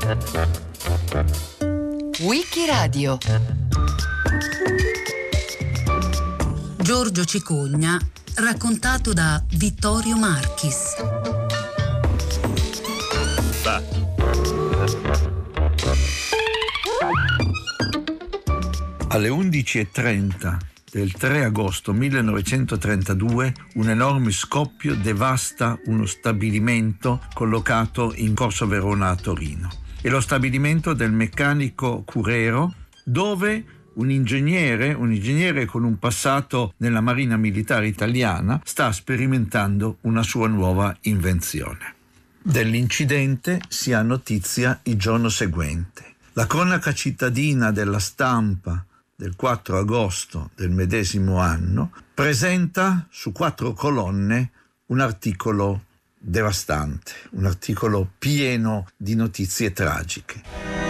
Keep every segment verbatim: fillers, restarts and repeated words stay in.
Wikiradio. Giorgio Cicogna, raccontato da Vittorio Marchis. Alle undici e trenta del tre agosto millenovecentotrentadue un enorme scoppio devasta uno stabilimento collocato in Corso Verona a Torino. È lo stabilimento del meccanico Curero, dove un ingegnere, un ingegnere con un passato nella Marina Militare Italiana, sta sperimentando una sua nuova invenzione. Dell'incidente si ha notizia il giorno seguente. La cronaca cittadina della Stampa del quattro agosto del medesimo anno presenta su quattro colonne un articolo devastante, un articolo pieno di notizie tragiche.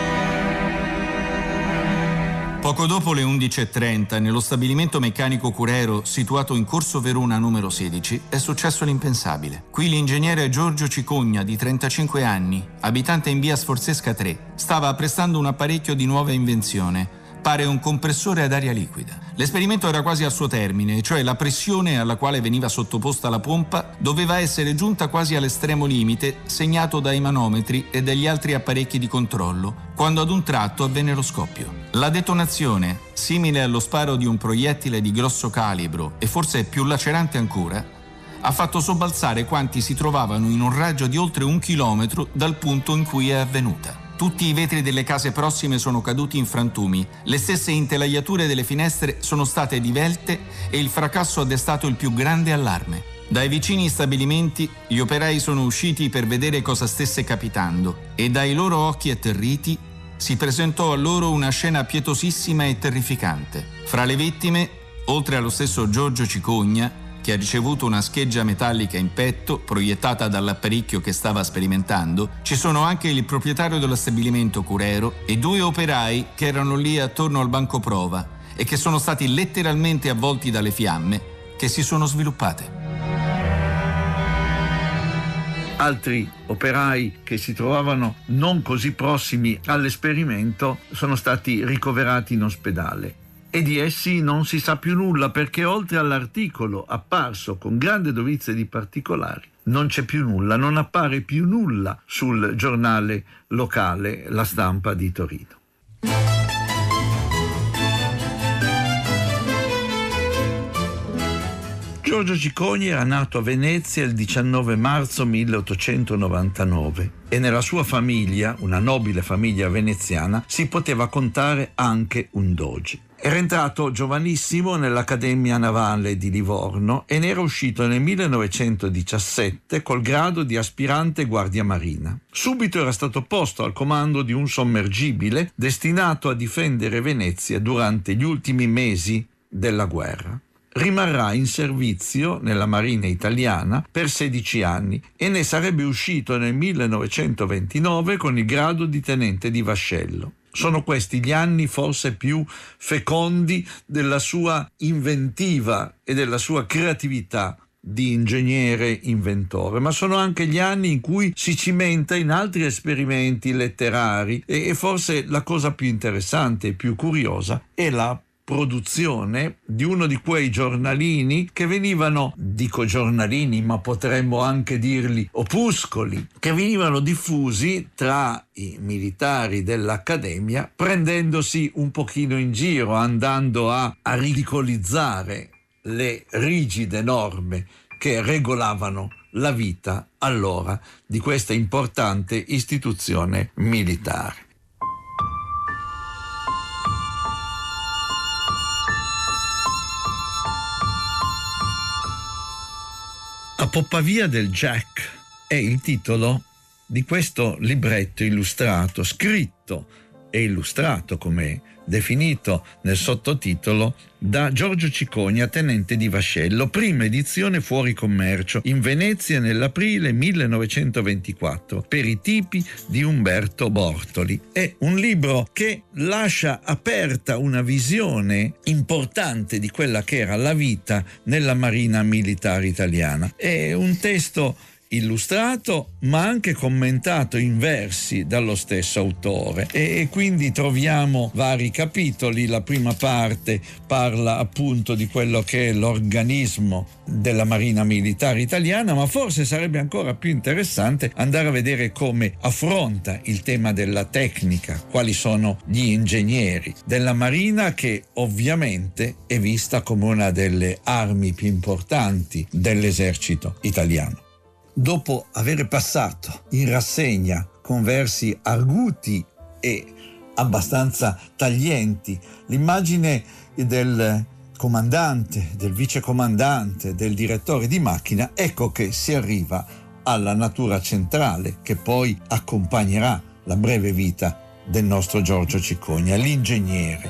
Poco dopo le undici e trenta, nello stabilimento meccanico Curero, situato in Corso Verona numero sedici, è successo l'impensabile. Qui l'ingegnere Giorgio Cicogna, di trentacinque anni, abitante in via Sforzesca tre, stava apprestando un apparecchio di nuova invenzione. Pare un compressore ad aria liquida. L'esperimento era quasi al suo termine, cioè la pressione alla quale veniva sottoposta la pompa doveva essere giunta quasi all'estremo limite segnato dai manometri e dagli altri apparecchi di controllo, quando ad un tratto avvenne lo scoppio. La detonazione, simile allo sparo di un proiettile di grosso calibro e forse più lacerante ancora, ha fatto sobbalzare quanti si trovavano in un raggio di oltre un chilometro dal punto in cui è avvenuta. Tutti i vetri delle case prossime sono caduti in frantumi, le stesse intelaiature delle finestre sono state divelte e il fracasso ha destato il più grande allarme. Dai vicini stabilimenti gli operai sono usciti per vedere cosa stesse capitando e dai loro occhi atterriti si presentò a loro una scena pietosissima e terrificante. Fra le vittime, oltre allo stesso Giorgio Cicogna, che ha ricevuto una scheggia metallica in petto proiettata dall'apparecchio che stava sperimentando, ci sono anche il proprietario dello stabilimento Curero e due operai che erano lì attorno al banco prova e che sono stati letteralmente avvolti dalle fiamme che si sono sviluppate. Altri operai che si trovavano non così prossimi all'esperimento sono stati ricoverati in ospedale. E di essi non si sa più nulla, perché oltre all'articolo apparso con grande dovizia di particolari non c'è più nulla, non appare più nulla sul giornale locale La Stampa di Torino. Giorgio Cicogna era nato a Venezia il diciannove marzo milleottocentonovantanove e nella sua famiglia, una nobile famiglia veneziana, si poteva contare anche un doge. Era entrato giovanissimo nell'Accademia Navale di Livorno e ne era uscito nel millenovecentodiciassette col grado di aspirante guardia marina. Subito era stato posto al comando di un sommergibile destinato a difendere Venezia durante gli ultimi mesi della guerra. Rimarrà in servizio nella Marina italiana per sedici anni e ne sarebbe uscito nel millenovecentoventinove con il grado di tenente di vascello. Sono questi gli anni forse più fecondi della sua inventiva e della sua creatività di ingegnere inventore, ma sono anche gli anni in cui si cimenta in altri esperimenti letterari e, e forse la cosa più interessante e più curiosa è la produzione di uno di quei giornalini che venivano, dico giornalini, ma potremmo anche dirli opuscoli, che venivano diffusi tra i militari dell'Accademia, prendendosi un pochino in giro, andando a, a ridicolizzare le rigide norme che regolavano la vita allora di questa importante istituzione militare. A Poppavia del Jack è il titolo di questo libretto illustrato, scritto e illustrato, come definito nel sottotitolo, da Giorgio Cicogna, tenente di vascello, prima edizione fuori commercio in Venezia nell'aprile millenovecentoventiquattro, per i tipi di Umberto Bortoli. È un libro che lascia aperta una visione importante di quella che era la vita nella Marina Militare Italiana. È un testo illustrato ma anche commentato in versi dallo stesso autore, e quindi troviamo vari capitoli. La prima parte parla appunto di quello che è l'organismo della Marina Militare Italiana, ma forse sarebbe ancora più interessante andare a vedere come affronta il tema della tecnica, quali sono gli ingegneri della Marina, che ovviamente è vista come una delle armi più importanti dell'esercito italiano. Dopo aver passato in rassegna con versi arguti e abbastanza taglienti l'immagine del comandante, del vicecomandante, del direttore di macchina, ecco che si arriva alla natura centrale che poi accompagnerà la breve vita del nostro Giorgio Cicogna, l'ingegnere.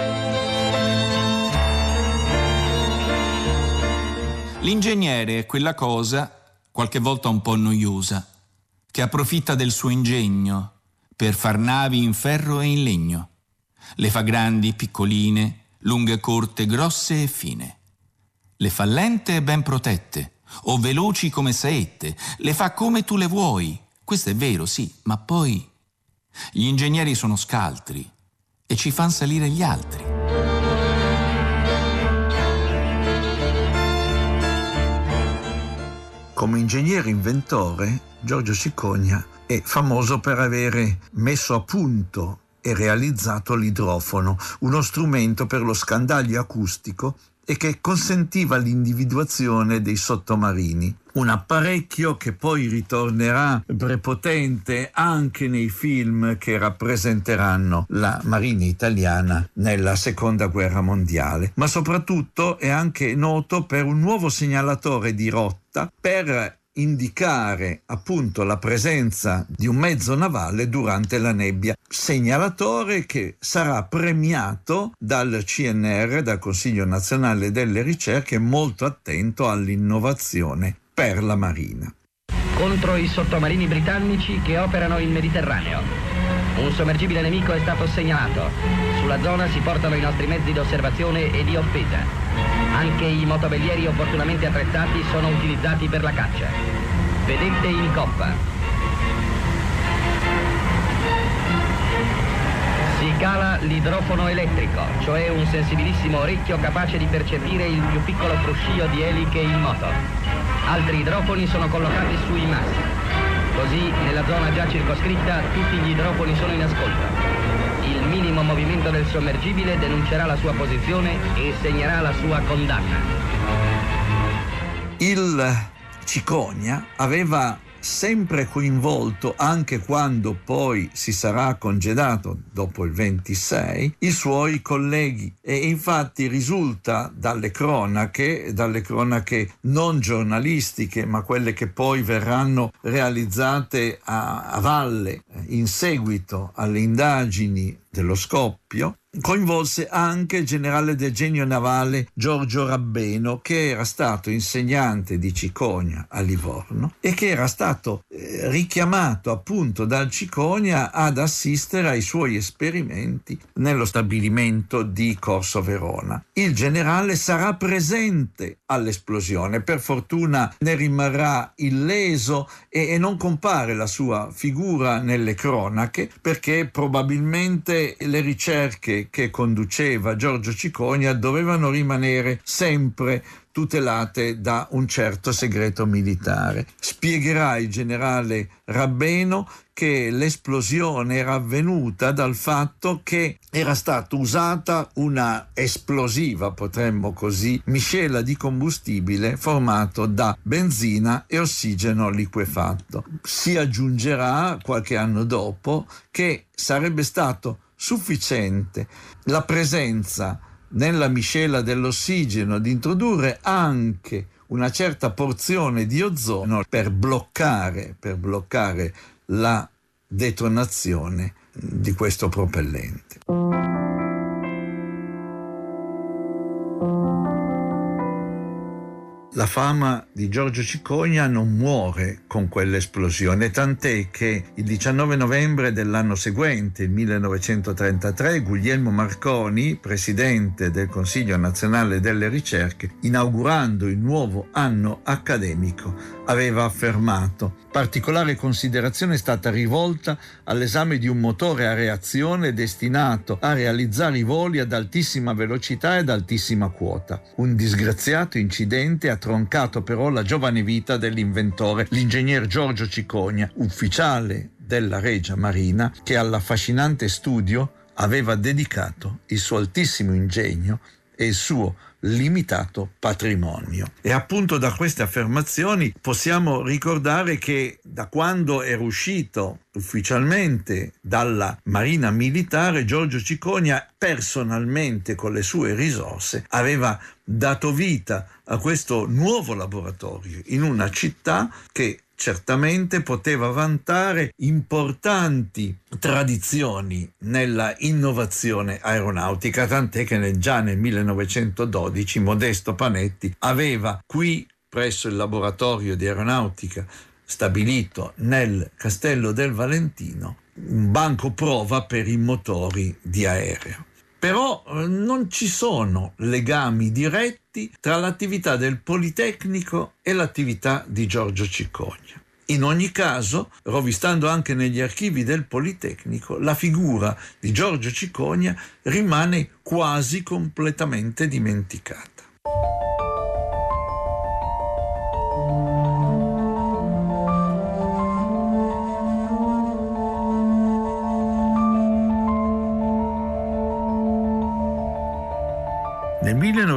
L'ingegnere è quella cosa, qualche volta un po' noiosa, che approfitta del suo ingegno per far navi in ferro e in legno. Le fa grandi, piccoline, lunghe, corte, grosse e fine. Le fa lente e ben protette, o veloci come saette. Le fa come tu le vuoi. Questo è vero, sì, ma poi gli ingegneri sono scaltri e ci fan salire gli altri. Come ingegnere inventore, Giorgio Cicogna è famoso per avere messo a punto e realizzato l'idrofono, uno strumento per lo scandaglio acustico e che consentiva l'individuazione dei sottomarini. Un apparecchio che poi ritornerà prepotente anche nei film che rappresenteranno la Marina italiana nella Seconda Guerra Mondiale, ma soprattutto è anche noto per un nuovo segnalatore di rotta per indicare appunto la presenza di un mezzo navale durante la nebbia, segnalatore che sarà premiato dal C N R, dal Consiglio Nazionale delle Ricerche, molto attento all'innovazione per la Marina. Contro i sottomarini britannici che operano in Mediterraneo. Un sommergibile nemico è stato segnalato. Sulla zona si portano i nostri mezzi di osservazione e di offesa. Anche i motovellieri opportunamente attrezzati sono utilizzati per la caccia. Vedete in coppa. Si cala l'idrofono elettrico, cioè un sensibilissimo orecchio capace di percepire il più piccolo fruscio di eliche in moto. Altri idrofoni sono collocati sui masti. Così, nella zona già circoscritta, tutti gli idrofoni sono in ascolto. Il minimo movimento del sommergibile denuncerà la sua posizione e segnerà la sua condanna. Il Cicogna aveva sempre coinvolto, anche quando poi si sarà congedato dopo il ventisei, i suoi colleghi, e infatti risulta dalle cronache, dalle cronache non giornalistiche, ma quelle che poi verranno realizzate a, a valle in seguito alle indagini dello scoppio, coinvolse anche il generale del Genio Navale Giorgio Rabbeno, che era stato insegnante di Cicogna a Livorno e che era stato eh, richiamato appunto dal Cicogna ad assistere ai suoi esperimenti nello stabilimento di Corso Verona. Il generale sarà presente all'esplosione, per fortuna ne rimarrà illeso e, e non compare la sua figura nelle cronache, perché probabilmente le ricerche che conduceva Giorgio Cicogna dovevano rimanere sempre tutelate da un certo segreto militare. Spiegherà il generale Rabbeno che l'esplosione era avvenuta dal fatto che era stata usata una esplosiva, potremmo così, miscela di combustibile formato da benzina e ossigeno liquefatto. Si aggiungerà qualche anno dopo che sarebbe stato sufficiente la presenza nella miscela dell'ossigeno di introdurre anche una certa porzione di ozono per bloccare, per bloccare la detonazione di questo propellente. La fama di Giorgio Cicogna non muore con quell'esplosione, tant'è che il diciannove novembre dell'anno seguente, il millenovecentotrentatré, Guglielmo Marconi, presidente del Consiglio Nazionale delle Ricerche, inaugurando il nuovo anno accademico, aveva affermato: particolare considerazione è stata rivolta all'esame di un motore a reazione destinato a realizzare i voli ad altissima velocità ed altissima quota. Un disgraziato incidente ha troncato però la giovane vita dell'inventore, l'ingegner Giorgio Cicogna, ufficiale della Regia Marina, che all'affascinante studio aveva dedicato il suo altissimo ingegno e il suo limitato patrimonio. E appunto da queste affermazioni possiamo ricordare che da quando era uscito ufficialmente dalla Marina Militare, Giorgio Cicogna personalmente con le sue risorse aveva dato vita a questo nuovo laboratorio in una città che certamente poteva vantare importanti tradizioni nella innovazione aeronautica, tant'è che nel, già nel millenovecentododici Modesto Panetti aveva qui presso il laboratorio di aeronautica stabilito nel Castello del Valentino un banco prova per i motori di aereo. Però non ci sono legami diretti tra l'attività del Politecnico e l'attività di Giorgio Cicogna. In ogni caso, rovistando anche negli archivi del Politecnico, la figura di Giorgio Cicogna rimane quasi completamente dimenticata. Nel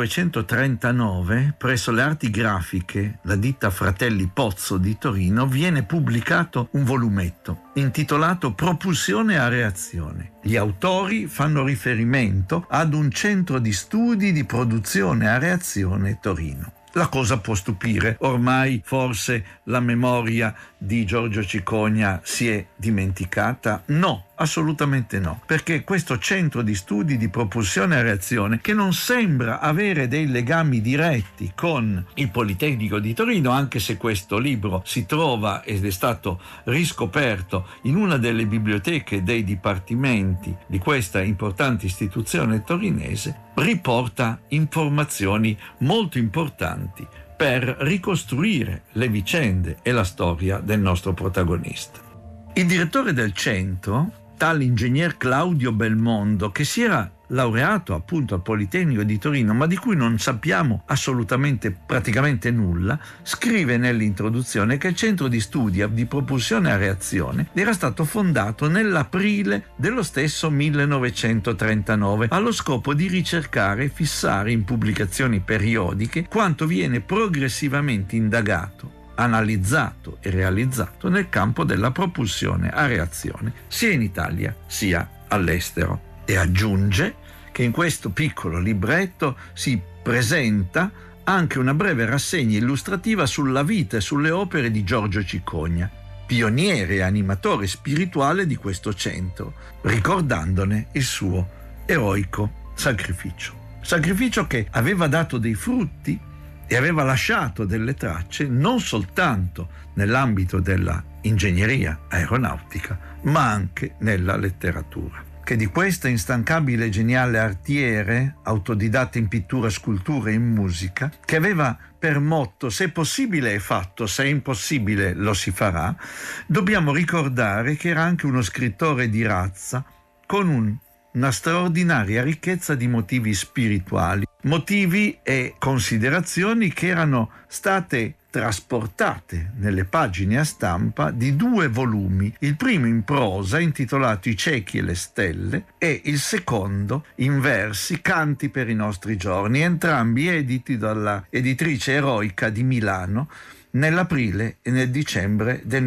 millenovecentotrentanove, presso le Arti Grafiche, la ditta Fratelli Pozzo di Torino, viene pubblicato un volumetto intitolato Propulsione a reazione. Gli autori fanno riferimento ad un centro di studi di produzione a reazione Torino. La cosa può stupire, ormai forse la memoria di Giorgio Cicogna si è dimenticata? No, assolutamente no, perché questo centro di studi di propulsione a reazione, che non sembra avere dei legami diretti con il Politecnico di Torino, anche se questo libro si trova ed è stato riscoperto in una delle biblioteche dei dipartimenti di questa importante istituzione torinese, riporta informazioni molto importanti per ricostruire le vicende e la storia del nostro protagonista. Il direttore del centro, tale ingegner Claudio Belmondo, che si era laureato appunto al Politecnico di Torino, ma di cui non sappiamo assolutamente praticamente nulla, scrive nell'introduzione che il centro di studi di propulsione a reazione era stato fondato nell'aprile dello stesso millenovecentotrentanove allo scopo di ricercare e fissare in pubblicazioni periodiche quanto viene progressivamente indagato, analizzato e realizzato nel campo della propulsione a reazione, sia in Italia sia all'estero. E aggiunge che in questo piccolo libretto si presenta anche una breve rassegna illustrativa sulla vita e sulle opere di Giorgio Cicogna, pioniere e animatore spirituale di questo centro, ricordandone il suo eroico sacrificio. Sacrificio che aveva dato dei frutti e aveva lasciato delle tracce non soltanto nell'ambito della ingegneria aeronautica, ma anche nella letteratura. Che di questa instancabile e geniale artiere, autodidatta in pittura, scultura e in musica, che aveva per motto se possibile è fatto, se è impossibile lo si farà, dobbiamo ricordare che era anche uno scrittore di razza con un, una straordinaria ricchezza di motivi spirituali, motivi e considerazioni che erano state trasportate nelle pagine a stampa di due volumi, il primo in prosa intitolato I ciechi e le stelle e il secondo in versi, Canti per i nostri giorni, entrambi editi dalla editrice Eroica di Milano nell'aprile e nel dicembre del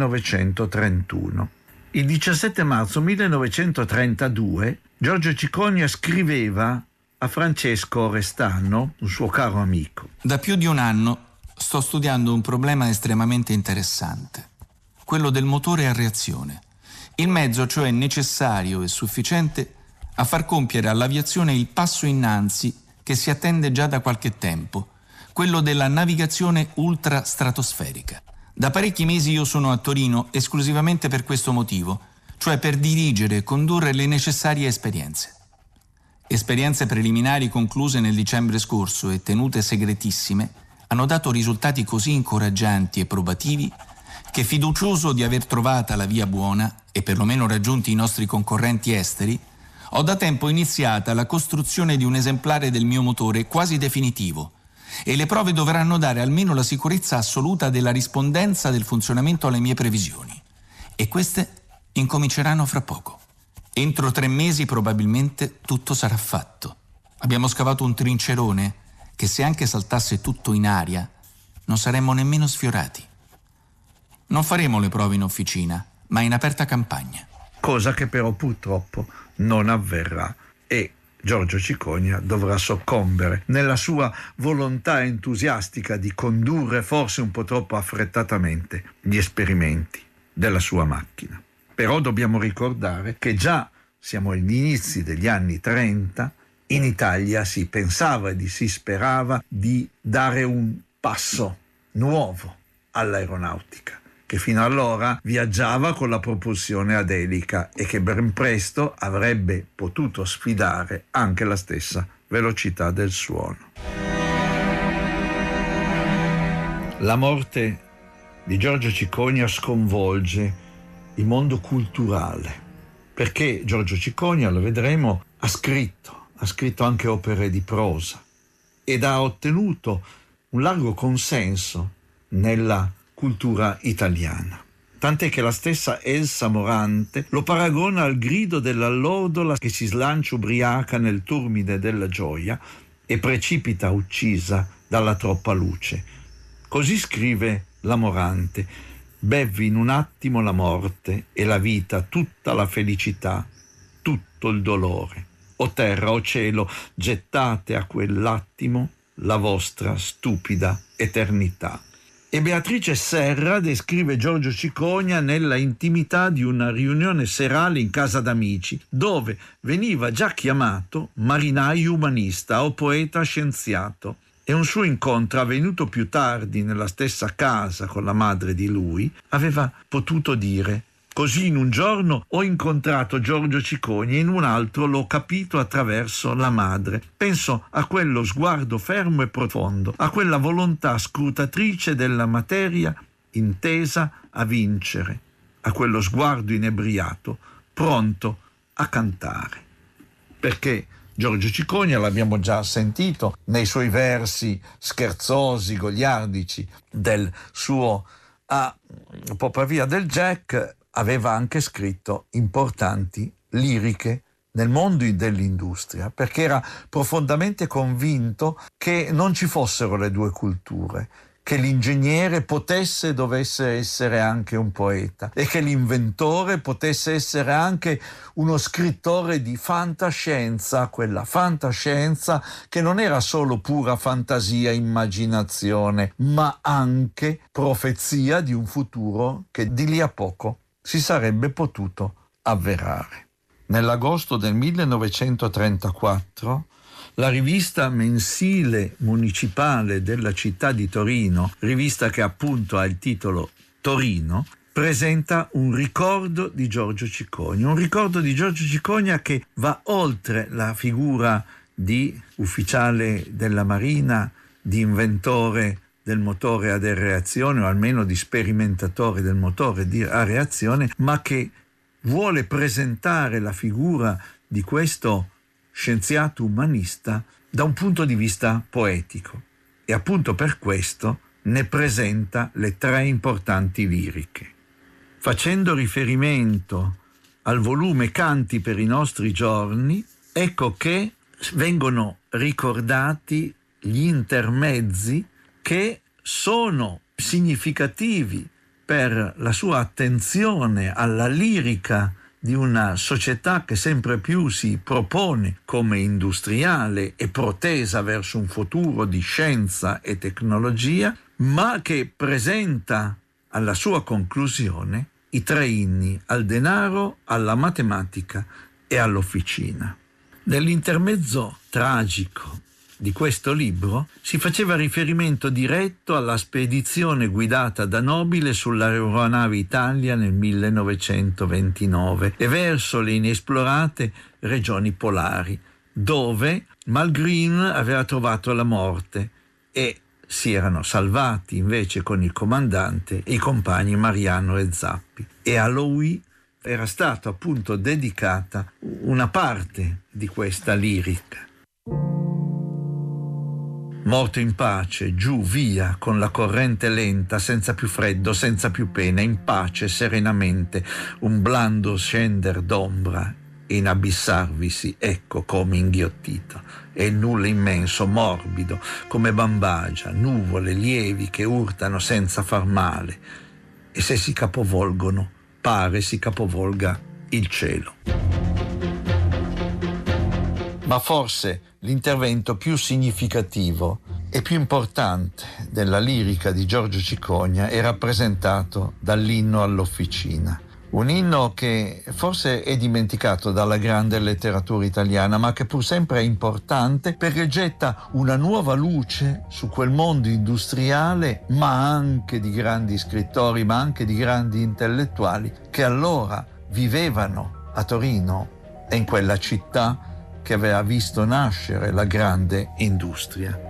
millenovecentotrentuno. Il diciassette marzo millenovecentotrentadue Giorgio Cicogna scriveva a Francesco Orestano, un suo caro amico: da più di un anno sto studiando un problema estremamente interessante, quello del motore a reazione, il mezzo cioè necessario e sufficiente a far compiere all'aviazione il passo innanzi che si attende già da qualche tempo, quello della navigazione ultrastratosferica. Da parecchi mesi io sono a Torino esclusivamente per questo motivo, cioè per dirigere e condurre le necessarie esperienze. Esperienze preliminari concluse nel dicembre scorso e tenute segretissime hanno dato risultati così incoraggianti e probativi che, fiducioso di aver trovata la via buona e perlomeno raggiunti i nostri concorrenti esteri, ho da tempo iniziata la costruzione di un esemplare del mio motore quasi definitivo e le prove dovranno dare almeno la sicurezza assoluta della rispondenza del funzionamento alle mie previsioni. E queste incominceranno fra poco. Entro tre mesi probabilmente tutto sarà fatto. Abbiamo scavato un trincerone che, se anche saltasse tutto in aria, non saremmo nemmeno sfiorati. Non faremo le prove in officina, ma in aperta campagna. Cosa che però purtroppo non avverrà e Giorgio Cicogna dovrà soccombere nella sua volontà entusiastica di condurre forse un po' troppo affrettatamente gli esperimenti della sua macchina. Però dobbiamo ricordare che già siamo agli inizi degli anni trenta, in Italia si pensava e si sperava di dare un passo nuovo all'aeronautica, che fino allora viaggiava con la propulsione ad elica e che ben presto avrebbe potuto sfidare anche la stessa velocità del suono. La morte di Giorgio Cicogna sconvolge il mondo culturale, perché Giorgio Cicogna, lo vedremo, ha scritto, ha scritto anche opere di prosa ed ha ottenuto un largo consenso nella cultura italiana. Tant'è che la stessa Elsa Morante lo paragona al grido dell'allodola che si slancia ubriaca nel turmine della gioia e precipita uccisa dalla troppa luce. Così scrive la Morante: «Bevvi in un attimo la morte e la vita, tutta la felicità, tutto il dolore. O terra, o cielo, gettate a quell'attimo la vostra stupida eternità». E Beatrice Serra descrive Giorgio Cicogna nella intimità di una riunione serale in casa d'amici, dove veniva già chiamato marinaio umanista o poeta scienziato. E un suo incontro, avvenuto più tardi nella stessa casa con la madre di lui, aveva potuto dire: «Così in un giorno ho incontrato Giorgio Cicogna e in un altro l'ho capito attraverso la madre. Penso a quello sguardo fermo e profondo, a quella volontà scrutatrice della materia intesa a vincere, a quello sguardo inebriato, pronto a cantare». Perché Giorgio Cicogna, l'abbiamo già sentito nei suoi versi scherzosi, goliardici del suo A Popa Via del Jack, aveva anche scritto importanti liriche nel mondo dell'industria, perché era profondamente convinto che non ci fossero le due culture, che l'ingegnere potesse e dovesse essere anche un poeta e che l'inventore potesse essere anche uno scrittore di fantascienza, quella fantascienza che non era solo pura fantasia, immaginazione, ma anche profezia di un futuro che di lì a poco si sarebbe potuto avverare. Nell'agosto del millenovecentotrentaquattro la rivista mensile municipale della città di Torino, rivista che appunto ha il titolo Torino, presenta un ricordo di Giorgio Cicogna, un ricordo di Giorgio Cicogna che va oltre la figura di ufficiale della Marina, di inventore del motore ad reazione o almeno di sperimentatore del motore a reazione, ma che vuole presentare la figura di questo scienziato umanista da un punto di vista poetico e appunto per questo ne presenta le tre importanti liriche. Facendo riferimento al volume Canti per i nostri giorni, ecco che vengono ricordati gli intermezzi che sono significativi per la sua attenzione alla lirica di una società che sempre più si propone come industriale e protesa verso un futuro di scienza e tecnologia, ma che presenta alla sua conclusione i tre inni al denaro, alla matematica e all'officina. Nell'intermezzo tragico di questo libro si faceva riferimento diretto alla spedizione guidata da Nobile sull'aeronave Italia nel millenovecentoventinove e verso le inesplorate regioni polari, dove Malgrin aveva trovato la morte e si erano salvati invece con il comandante e i compagni Mariano e Zappi. E a lui era stata appunto dedicata una parte di questa lirica. Morto in pace, giù, via, con la corrente lenta, senza più freddo, senza più pena, in pace, serenamente, un blando scender d'ombra, inabissarvisi, ecco come inghiottito, e il nulla immenso, morbido, come bambagia, nuvole lievi che urtano senza far male, e se si capovolgono, pare si capovolga il cielo. Ma forse l'intervento più significativo e più importante della lirica di Giorgio Cicogna è rappresentato dall'inno all'Officina. Un inno che forse è dimenticato dalla grande letteratura italiana, ma che pur sempre è importante perché getta una nuova luce su quel mondo industriale, ma anche di grandi scrittori, ma anche di grandi intellettuali che allora vivevano a Torino e in quella città che aveva visto nascere la grande industria.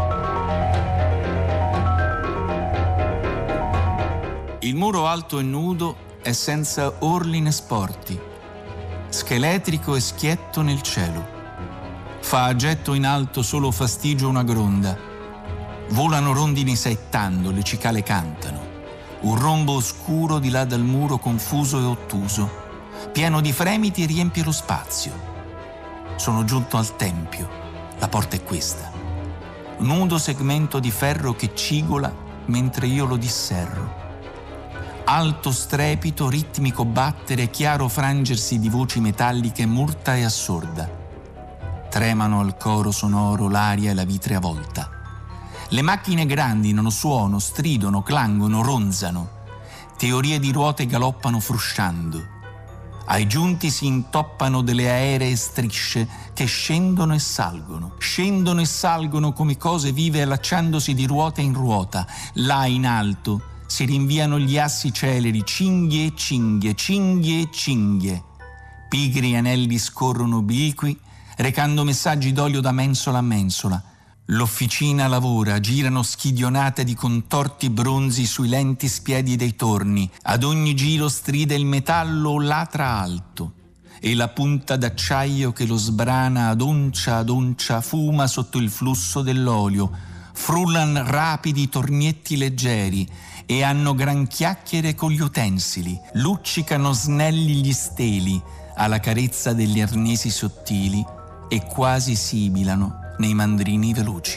Il muro alto e nudo è senza orli né sporti, scheletrico e schietto nel cielo. Fa a getto in alto solo fastigio una gronda. Volano rondini saettando, le cicale cantano. Un rombo oscuro di là dal muro confuso e ottuso, pieno di fremiti riempie lo spazio. Sono giunto al tempio, la porta è questa. Nudo segmento di ferro che cigola mentre io lo disserro. Alto strepito, ritmico battere, chiaro frangersi di voci metalliche, murta e assorda. Tremano al coro sonoro l'aria e la vitrea volta. Le macchine grandinano, suono, stridono, clangono, ronzano. Teorie di ruote galoppano frusciando. Ai giunti si intoppano delle aeree strisce che scendono e salgono. Scendono e salgono come cose vive allacciandosi di ruota in ruota. Là in alto si rinviano gli assi celeri, cinghie e cinghie, cinghie e cinghie. Pigri anelli scorrono obliqui, recando messaggi d'olio da mensola a mensola. L'officina lavora, girano schidionate di contorti bronzi sui lenti spiedi dei torni. Ad ogni giro stride il metallo latra alto e la punta d'acciaio che lo sbrana ad oncia ad oncia fuma sotto il flusso dell'olio. Frullan rapidi tornietti leggeri e hanno gran chiacchiere con gli utensili. Luccicano snelli gli steli alla carezza degli arnesi sottili e quasi sibilano nei mandrini veloci.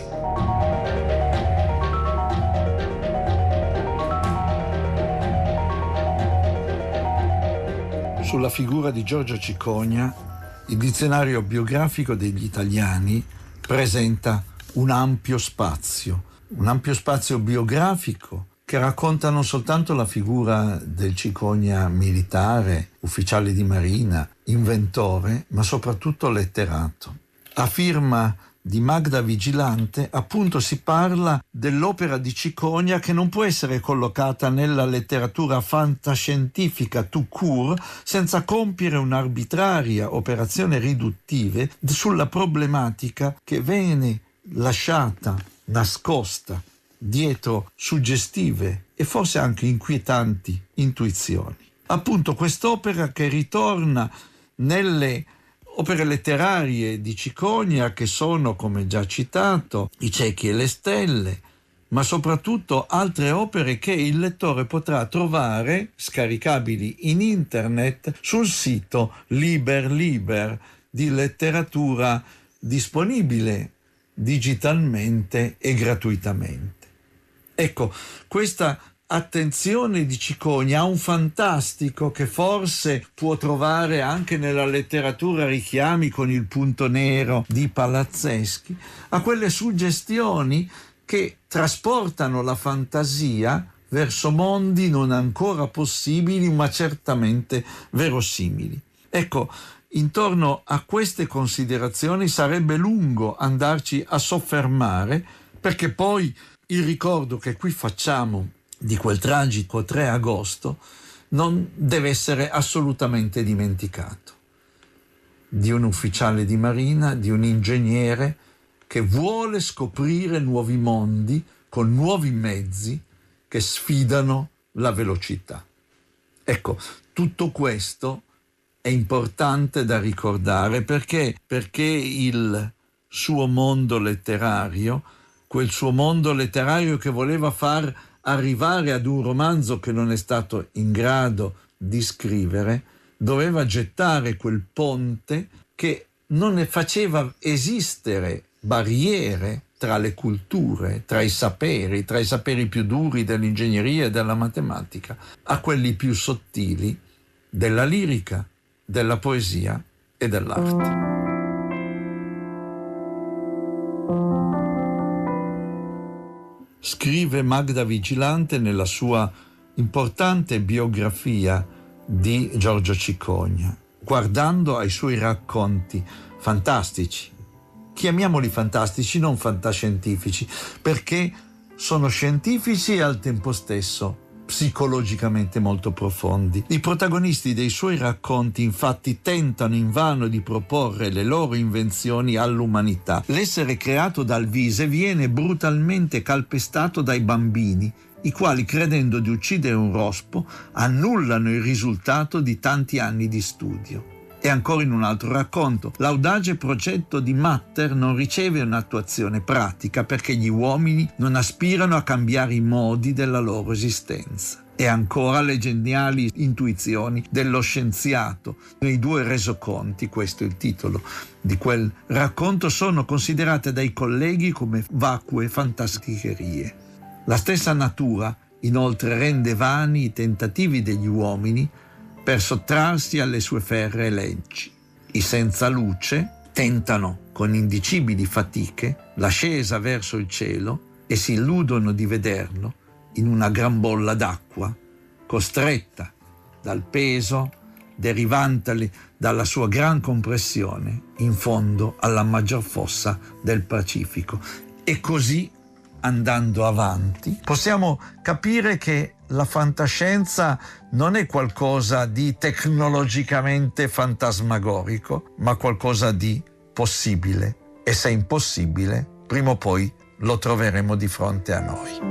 Sulla figura di Giorgio Cicogna, il dizionario biografico degli italiani presenta un ampio spazio, un ampio spazio biografico che racconta non soltanto la figura del Cicogna militare, ufficiale di marina, inventore, ma soprattutto letterato. A firma di Magda Vigilante, appunto, si parla dell'opera di Cicogna che non può essere collocata nella letteratura fantascientifica tout court senza compiere un'arbitraria operazione riduttive sulla problematica che viene lasciata, nascosta, dietro suggestive e forse anche inquietanti intuizioni. Appunto, quest'opera che ritorna nelle opere letterarie di Cicogna, che sono, come già citato, I ciechi e le stelle, ma soprattutto altre opere che il lettore potrà trovare scaricabili in internet sul sito Liber Liber di letteratura disponibile digitalmente e gratuitamente. Ecco, questa attenzione di Cicogna a un fantastico che forse può trovare anche nella letteratura richiami con il punto nero di Palazzeschi, a quelle suggestioni che trasportano la fantasia verso mondi non ancora possibili ma certamente verosimili. Ecco, intorno a queste considerazioni sarebbe lungo andarci a soffermare, perché poi il ricordo che qui facciamo di quel tragico tre agosto non deve essere assolutamente dimenticato. Di un ufficiale di marina, di un ingegnere che vuole scoprire nuovi mondi con nuovi mezzi che sfidano la velocità. Ecco, tutto questo è importante da ricordare perché, perché il suo mondo letterario, quel suo mondo letterario che voleva far arrivare ad un romanzo che non è stato in grado di scrivere, doveva gettare quel ponte che non ne faceva esistere barriere tra le culture, tra i saperi, tra i saperi più duri dell'ingegneria e della matematica, a quelli più sottili della lirica, della poesia e dell'arte. Scrive Magda Vigilante nella sua importante biografia di Giorgio Cicogna, guardando ai suoi racconti fantastici. Chiamiamoli fantastici, non fantascientifici, perché sono scientifici e al tempo stesso psicologicamente molto profondi. I protagonisti dei suoi racconti infatti tentano invano di proporre le loro invenzioni all'umanità. L'essere creato dal Vise viene brutalmente calpestato dai bambini, i quali, credendo di uccidere un rospo, annullano il risultato di tanti anni di studio. E ancora in un altro racconto, l'audace progetto di Matter non riceve un'attuazione pratica perché gli uomini non aspirano a cambiare i modi della loro esistenza. E ancora le geniali intuizioni dello scienziato. Nei due resoconti, questo è il titolo di quel racconto, sono considerate dai colleghi come vacue fantasticherie. La stessa natura, inoltre, rende vani i tentativi degli uomini per sottrarsi alle sue ferree leggi. I senza luce tentano con indicibili fatiche l'ascesa verso il cielo e si illudono di vederlo in una gran bolla d'acqua, costretta dal peso derivante dalla sua gran compressione in fondo alla maggior fossa del Pacifico. E così, andando avanti, possiamo capire che la fantascienza non è qualcosa di tecnologicamente fantasmagorico, ma qualcosa di possibile. E se impossibile, prima o poi lo troveremo di fronte a noi.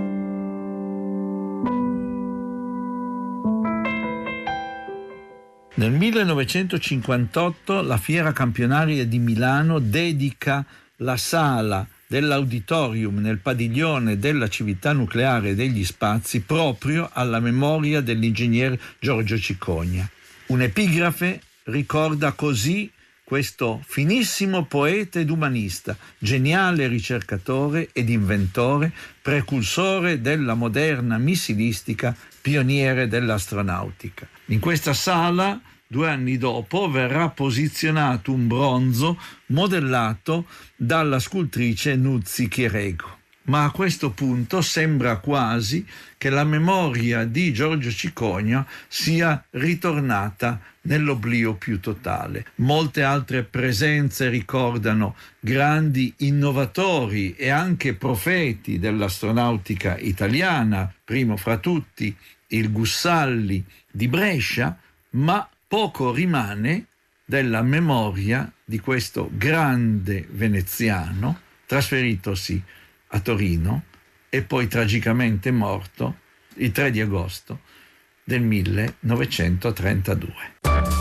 Nel millenovecentocinquantotto la Fiera Campionaria di Milano dedica la sala dell'auditorium nel padiglione della Civiltà Nucleare degli Spazi proprio alla memoria dell'ingegner Giorgio Cicogna. Un'epigrafe ricorda così questo finissimo poeta ed umanista, geniale ricercatore ed inventore, precursore della moderna missilistica, pioniere dell'astronautica. In questa sala, due anni dopo, verrà posizionato un bronzo modellato dalla scultrice Nuzzi Chierego. Ma a questo punto sembra quasi che la memoria di Giorgio Cicogna sia ritornata nell'oblio più totale. Molte altre presenze ricordano grandi innovatori e anche profeti dell'astronautica italiana, primo fra tutti il Gussalli di Brescia, ma poco rimane della memoria di questo grande veneziano trasferitosi a Torino e poi tragicamente morto il tre di agosto del millenovecentotrentadue.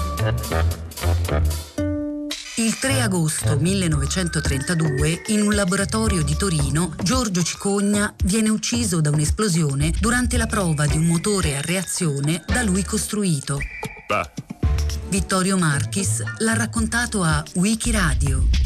Il tre agosto millenovecentotrentadue, in un laboratorio di Torino, Giorgio Cicogna viene ucciso da un'esplosione durante la prova di un motore a reazione da lui costruito. Bah. Vittorio Marchis l'ha raccontato a Wikiradio.